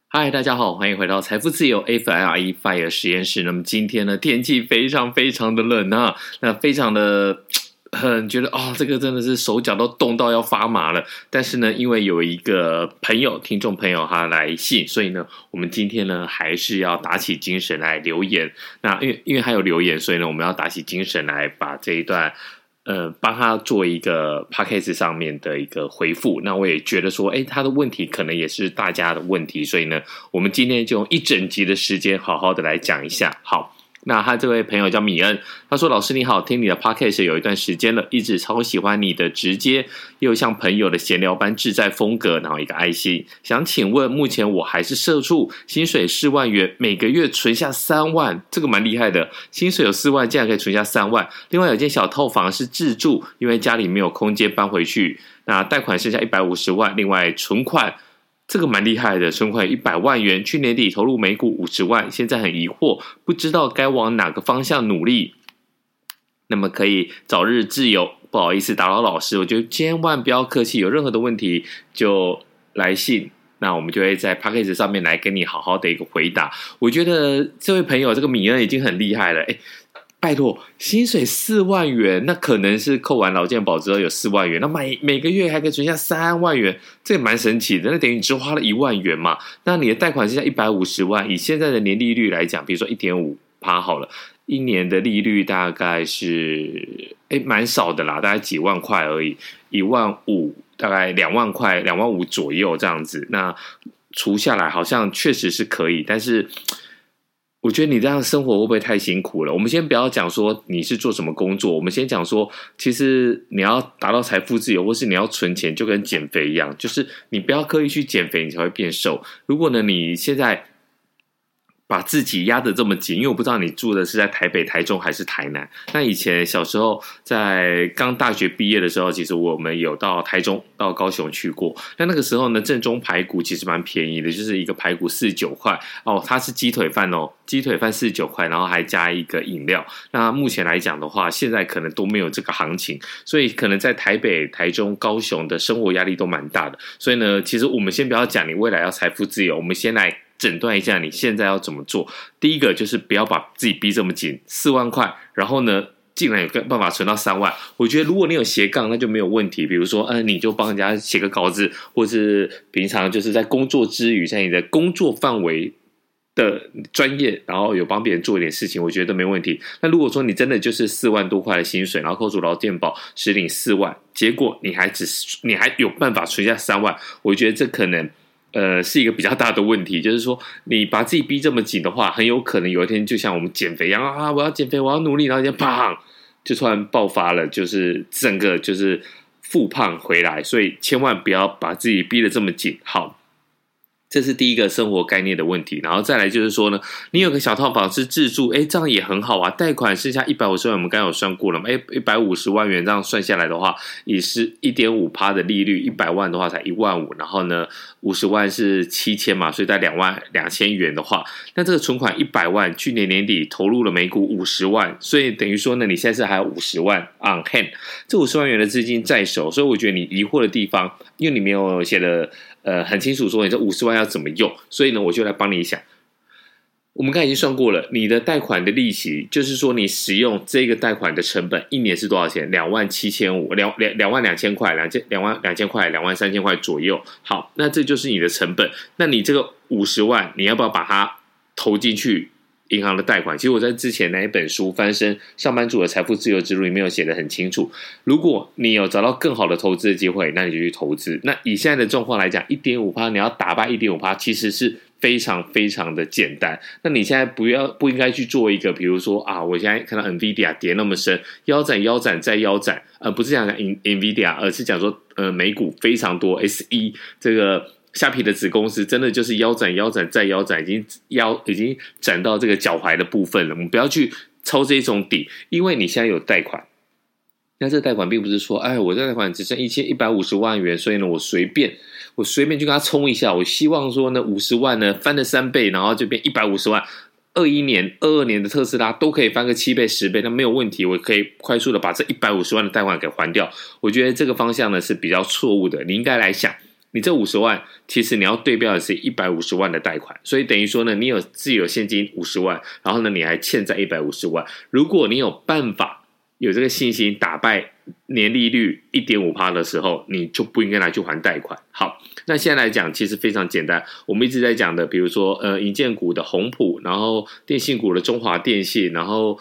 嗨，大家好，欢迎回到财富自由 FIRE 实验室。那么今天呢，天气非常非常的冷啊，那非常的很觉得这个真的是手脚都冻到要发麻了。但是呢，因为有一个听众朋友他来信，所以呢，我们今天呢还是要打起精神来留言。那因为还有留言，所以呢，我们要打起精神来把这一段。帮他做一个 podcast 上面的一个回复，那我也觉得说，他的问题可能也是大家的问题，所以呢，我们今天就用一整集的时间好好的来讲一下。好，那他这位朋友叫米恩，他说：“老师你好，听你的 podcast 有一段时间了，一直超喜欢你的直接又像朋友的闲聊般自在风格，然后一个爱心。想请问，目前我还是社畜，薪水4万元，每个月存下3万，这个蛮厉害的。薪水有4万，竟然可以存下3万。另外有间小套房是自住，因为家里没有空间搬回去。那贷款剩下150万，另外存款。”这个蛮厉害的，存款100万元，去年底投入美股50万，现在很疑惑，不知道该往哪个方向努力。那么可以早日自由，不好意思打扰老师，我觉得千万不要客气，有任何的问题就来信，那我们就会在 Podcast 上面来跟你好好的一个回答。我觉得这位朋友这个米恩已经很厉害了，拜托，薪水4万元，那可能是扣完劳健保之后有4万元，那每个月还可以存下3万元，这也蛮神奇的。那等于你只花了1万元嘛？那你的贷款是150万，以现在的年利率来讲，比如说 1.5% 好了，一年的利率大概是蛮少的啦，大概几万块而已，15000，大概2万块，25000左右这样子。那除下来好像确实是可以，但是。我觉得你这样生活会不会太辛苦了？我们先不要讲说你是做什么工作，我们先讲说，其实你要达到财富自由，或是你要存钱，就跟减肥一样，就是你不要刻意去减肥，你才会变瘦。如果呢，你现在把自己压得这么紧，因为我不知道你住的是在台北、台中还是台南。那以前小时候在刚大学毕业的时候，其实我们有到台中、到高雄去过。那个时候呢，正宗排骨其实蛮便宜的，就是一个排骨49块哦，它是鸡腿饭哦，鸡腿饭49块，然后还加一个饮料。那目前来讲的话，现在可能都没有这个行情，所以可能在台北、台中、高雄的生活压力都蛮大的。所以呢，其实我们先不要讲你未来要财富自由，我们先来诊断一下你现在要怎么做。第一个就是不要把自己逼这么紧，4万块，然后呢竟然有个办法存到3万。我觉得如果你有斜杠那就没有问题，比如说你就帮人家写个稿子，或是平常就是在工作之余，在你的工作范围的专业，然后有帮别人做一点事情，我觉得没问题。那如果说你真的就是4万多块的薪水，然后扣除劳健保实领4万，结果你还有办法存下3万，我觉得这可能是一个比较大的问题，就是说你把自己逼这么紧的话，很有可能有一天就像我们减肥一样我要减肥，我要努力，然后就砰就突然爆发了，就是整个就是复胖回来，所以千万不要把自己逼得这么紧。好，这是第一个生活概念的问题。然后再来就是说呢，你有个小套房是自住，这样也很好啊，贷款剩下150万，我们刚刚有算过了嘛，150万元这样算下来的话，也是 1.5% 的利率，100万的话才15000，然后呢50万是7000嘛，所以在22000元的话，那这个存款100万，去年年底投入了美股50万，所以等于说呢，你现在是还有50万 on hand， 这50万元的资金在手，所以我觉得你疑惑的地方，因为你没有写的很清楚说你这50万要怎么用，所以呢，我就来帮你想。我们刚才已经算过了，你的贷款的利息，就是说你使用这个贷款的成本，一年是多少钱？27500，22000块，22000块，23000块左右。好，那这就是你的成本。那你这个50万，你要不要把它投进去银行的贷款？其实我在之前那一本书《翻身上班族的财富自由之路》里面有写得很清楚。如果你有找到更好的投资的机会，那你就去投资。那以现在的状况来讲 1.5%， 你要打败 1.5%， 其实是非常非常的简单。那你现在不应该去做一个，比如说我现在看到 NVIDIA 跌那么深，腰斩再腰斩，不是讲 NVIDIA， 而是讲说美股非常多 SE 这个虾皮的子公司真的就是腰斩再腰斩，已经斩到这个脚踝的部分了。我们不要去抄这种底，因为你现在有贷款。那这个贷款并不是说，我这贷款只剩150万元，所以呢，我随便就跟他冲一下。我希望说呢，50万呢翻了3倍，然后就变150万。21年、22年的特斯拉都可以翻个7倍、10倍，那没有问题，我可以快速的把这150万的贷款给还掉。我觉得这个方向呢是比较错误的，你应该来想。 你这50万其实你要对标的是150万的贷款，所以等于说呢，你有自有现金50万，然后呢你还欠债150万。如果你有办法有这个信心打败年利率 1.5% 的时候，你就不应该拿去还贷款。好，那现在来讲其实非常简单，我们一直在讲的，比如说营建股的宏普，然后电信股的中华电信，然后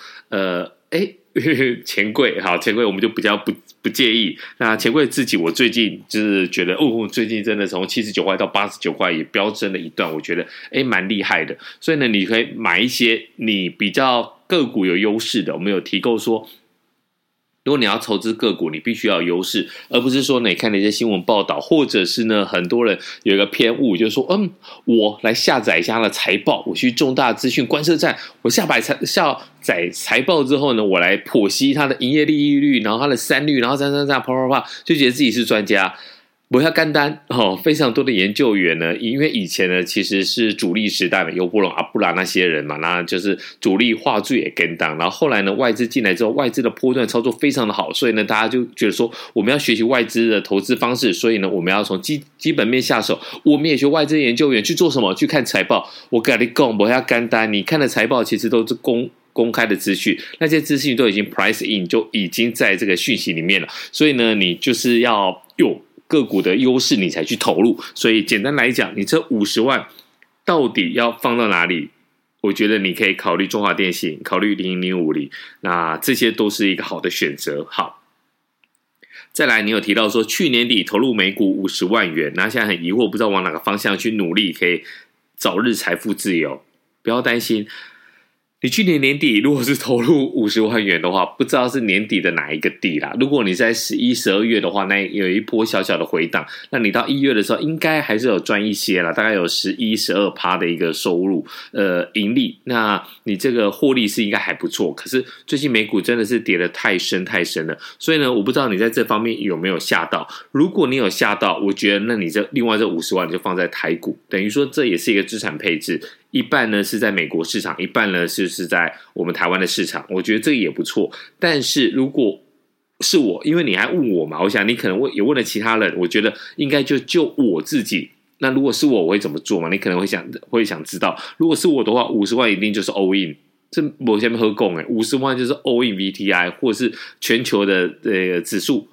钱柜，好，钱柜我们就比较不介意。那钱柜自己，我最近就是觉得，最近真的从79块到89块也飙升了一段，我觉得蛮厉害的。所以呢，你可以买一些你比较个股有优势的，我们有提供说，如果你要投资个股，你必须要有优势，而不是说你看了一些新闻报道，或者是呢很多人有一个偏误，就是说我来下载一下它的财报，我去重大资讯观测站，我下载财报之后呢，我来剖析它的营业利益率，然后它的3率，然后啪，就觉得自己是专家。不要干单非常多的研究员呢，因为以前呢其实是主力时代嘛，尤伯龙、阿布拉那些人嘛，那就是主力话剧也跟当，然后后来呢外资进来之后，外资的波段操作非常的好，所以呢大家就觉得说我们要学习外资的投资方式，所以呢我们要从基本面下手，我们也学外资研究员去做什么？去看财报。我跟你讲，不要干单，你看的财报其实都是公开的资讯，那些资讯都已经 price in， 就已经在这个讯息里面了，所以呢你就是要有个股的优势你才去投入。所以简单来讲，你这50万到底要放到哪里？我觉得你可以考虑中华电信，考虑0050，那这些都是一个好的选择。好，再来你有提到说去年底投入美股50万元，那现在很疑惑，不知道往哪个方向去努力可以早日财富自由。不要担心，你去年年底如果是投入50万元的话，不知道是年底的哪一个底啦。如果你在11、12月的话，那有一波小小的回档，那你到1月的时候应该还是有赚一些啦，大概有11、12% 的一个收入盈利，那你这个获利是应该还不错。可是最近美股真的是跌得太深了，所以呢我不知道你在这方面有没有吓到。如果你有吓到，我觉得那你另外这50万就放在台股，等于说这也是一个资产配置，一半呢是在美国市场，一半呢是在我们台湾的市场，我觉得这个也不错。但是如果是我，因为你还问我嘛，我想你可能也问了其他人，我觉得应该就我自己。那如果是我会怎么做嘛？你可能会想知道，如果是我的话，50万一定就是 all in， 这我前面喝供50万就是 all in VTI 或是全球的指数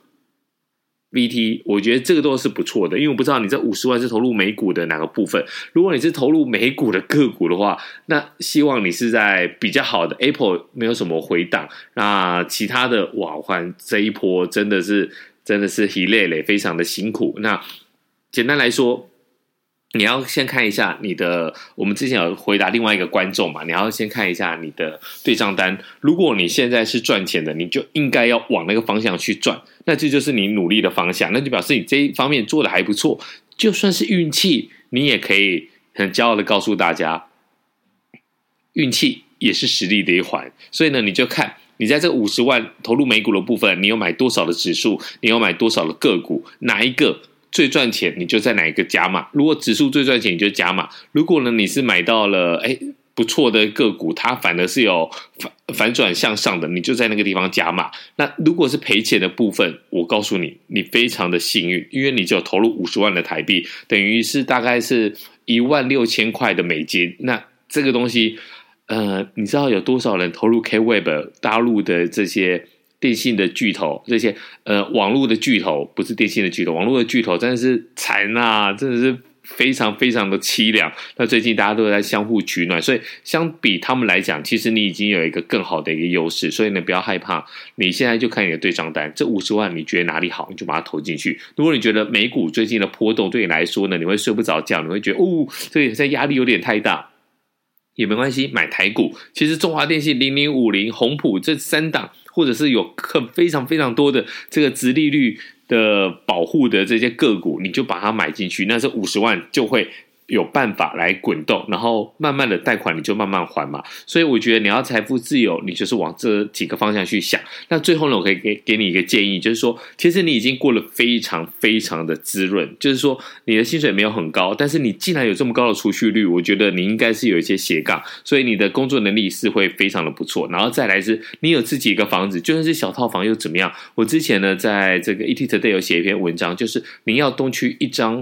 VT， 我觉得这个都是不错的，因为我不知道你这50万是投入美股的哪个部分。如果你是投入美股的个股的话，那希望你是在比较好的 Apple 没有什么回档，那其他的哇，我看这一波真的是疲累，非常的辛苦。那简单来说，你要先看一下你的，我们之前有回答另外一个观众嘛，你要先看一下你的对账单。如果你现在是赚钱的，你就应该要往那个方向去赚，那这就是你努力的方向，那就表示你这一方面做的还不错。就算是运气，你也可以很骄傲的告诉大家，运气也是实力的一环。所以呢，你就看你在这个50万投入美股的部分，你有买多少的指数，你有买多少的个股，哪一个最赚钱你就在哪一个加码。如果指数最赚钱你就加码，如果呢你是买到了不错的个股，它反而是有反转向上的，你就在那个地方加码。那如果是赔钱的部分，我告诉你，你非常的幸运，因为你只有投入50万的台币，等于是大概是16000块的美金。那这个东西你知道有多少人投入 K-Web 大陆的这些电信的巨头，这些网络的巨头，不是电信的巨头，网络的巨头真的是惨啊，真的是非常非常的凄凉。那最近大家都在相互取暖，所以相比他们来讲，其实你已经有一个更好的一个优势。所以呢，不要害怕，你现在就看你的对账单，这50万你觉得哪里好，你就把它投进去。如果你觉得美股最近的波动对你来说呢，你会睡不着觉，你会觉得这压力有点太大，也没关系，买台股。其实中华电信、0050、宏普这3档，或者是有非常非常多的这个殖利率的保护的这些个股，你就把它买进去，那这50万就会有办法来滚动，然后慢慢的贷款你就慢慢还嘛。所以我觉得你要财富自由，你就是往这几个方向去想。那最后呢，我可以给你一个建议，就是说其实你已经过得非常非常的滋润，就是说你的薪水没有很高，但是你既然有这么高的储蓄率，我觉得你应该是有一些斜杠，所以你的工作能力是会非常的不错。然后再来是你有自己一个房子，就算是小套房又怎么样。我之前呢在这个 ET Today 有写一篇文章，就是明耀东区一张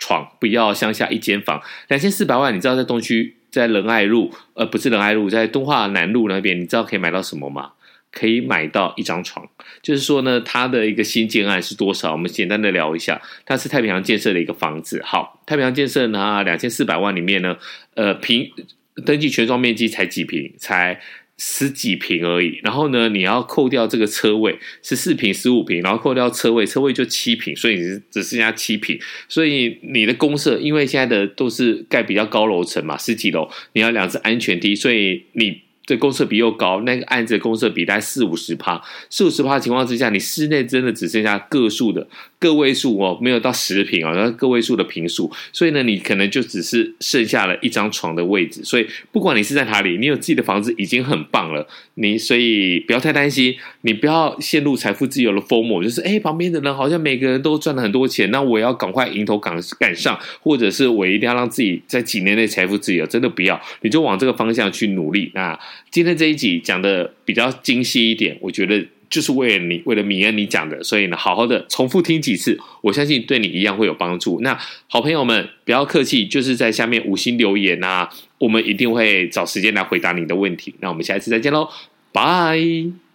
床，不要乡下一间房。2400万，你知道在东区，在仁爱路，不是仁爱路，在敦化南路那边，你知道可以买到什么吗？可以买到一张床。就是说呢，它的一个新建案是多少？我们简单的聊一下，它是太平洋建设的一个房子。好，太平洋建设呢，2400万里面呢，登记全幢面积才几坪，才10几坪而已。然后呢，你要扣掉这个车位14坪、15坪，然后扣掉车位就7坪，所以你只剩下7坪。所以你的公设，因为现在的都是盖比较高楼层嘛，10几楼，你要2只安全梯，所以你这公设比又高，那个案子的公设比大概40-50%的情况之下，你室内真的只剩下个位数哦，没有到10坪哦，然后个位数的坪数，所以呢，你可能就只是剩下了一张床的位置。所以不管你是在哪里，你有自己的房子已经很棒了。所以不要太担心，你不要陷入财富自由的疯魔，就是旁边的人好像每个人都赚了很多钱，那我也要赶快迎头赶上，或者是我一定要让自己在几年内财富自由，真的不要，你就往这个方向去努力。那今天这一集讲的比较精细一点，我觉得就是为了米恩你讲的，所以呢，好好的重复听几次，我相信对你一样会有帮助。那好朋友们不要客气，就是在下面5星留言啊，我们一定会找时间来回答你的问题。那我们下一次再见咯，拜。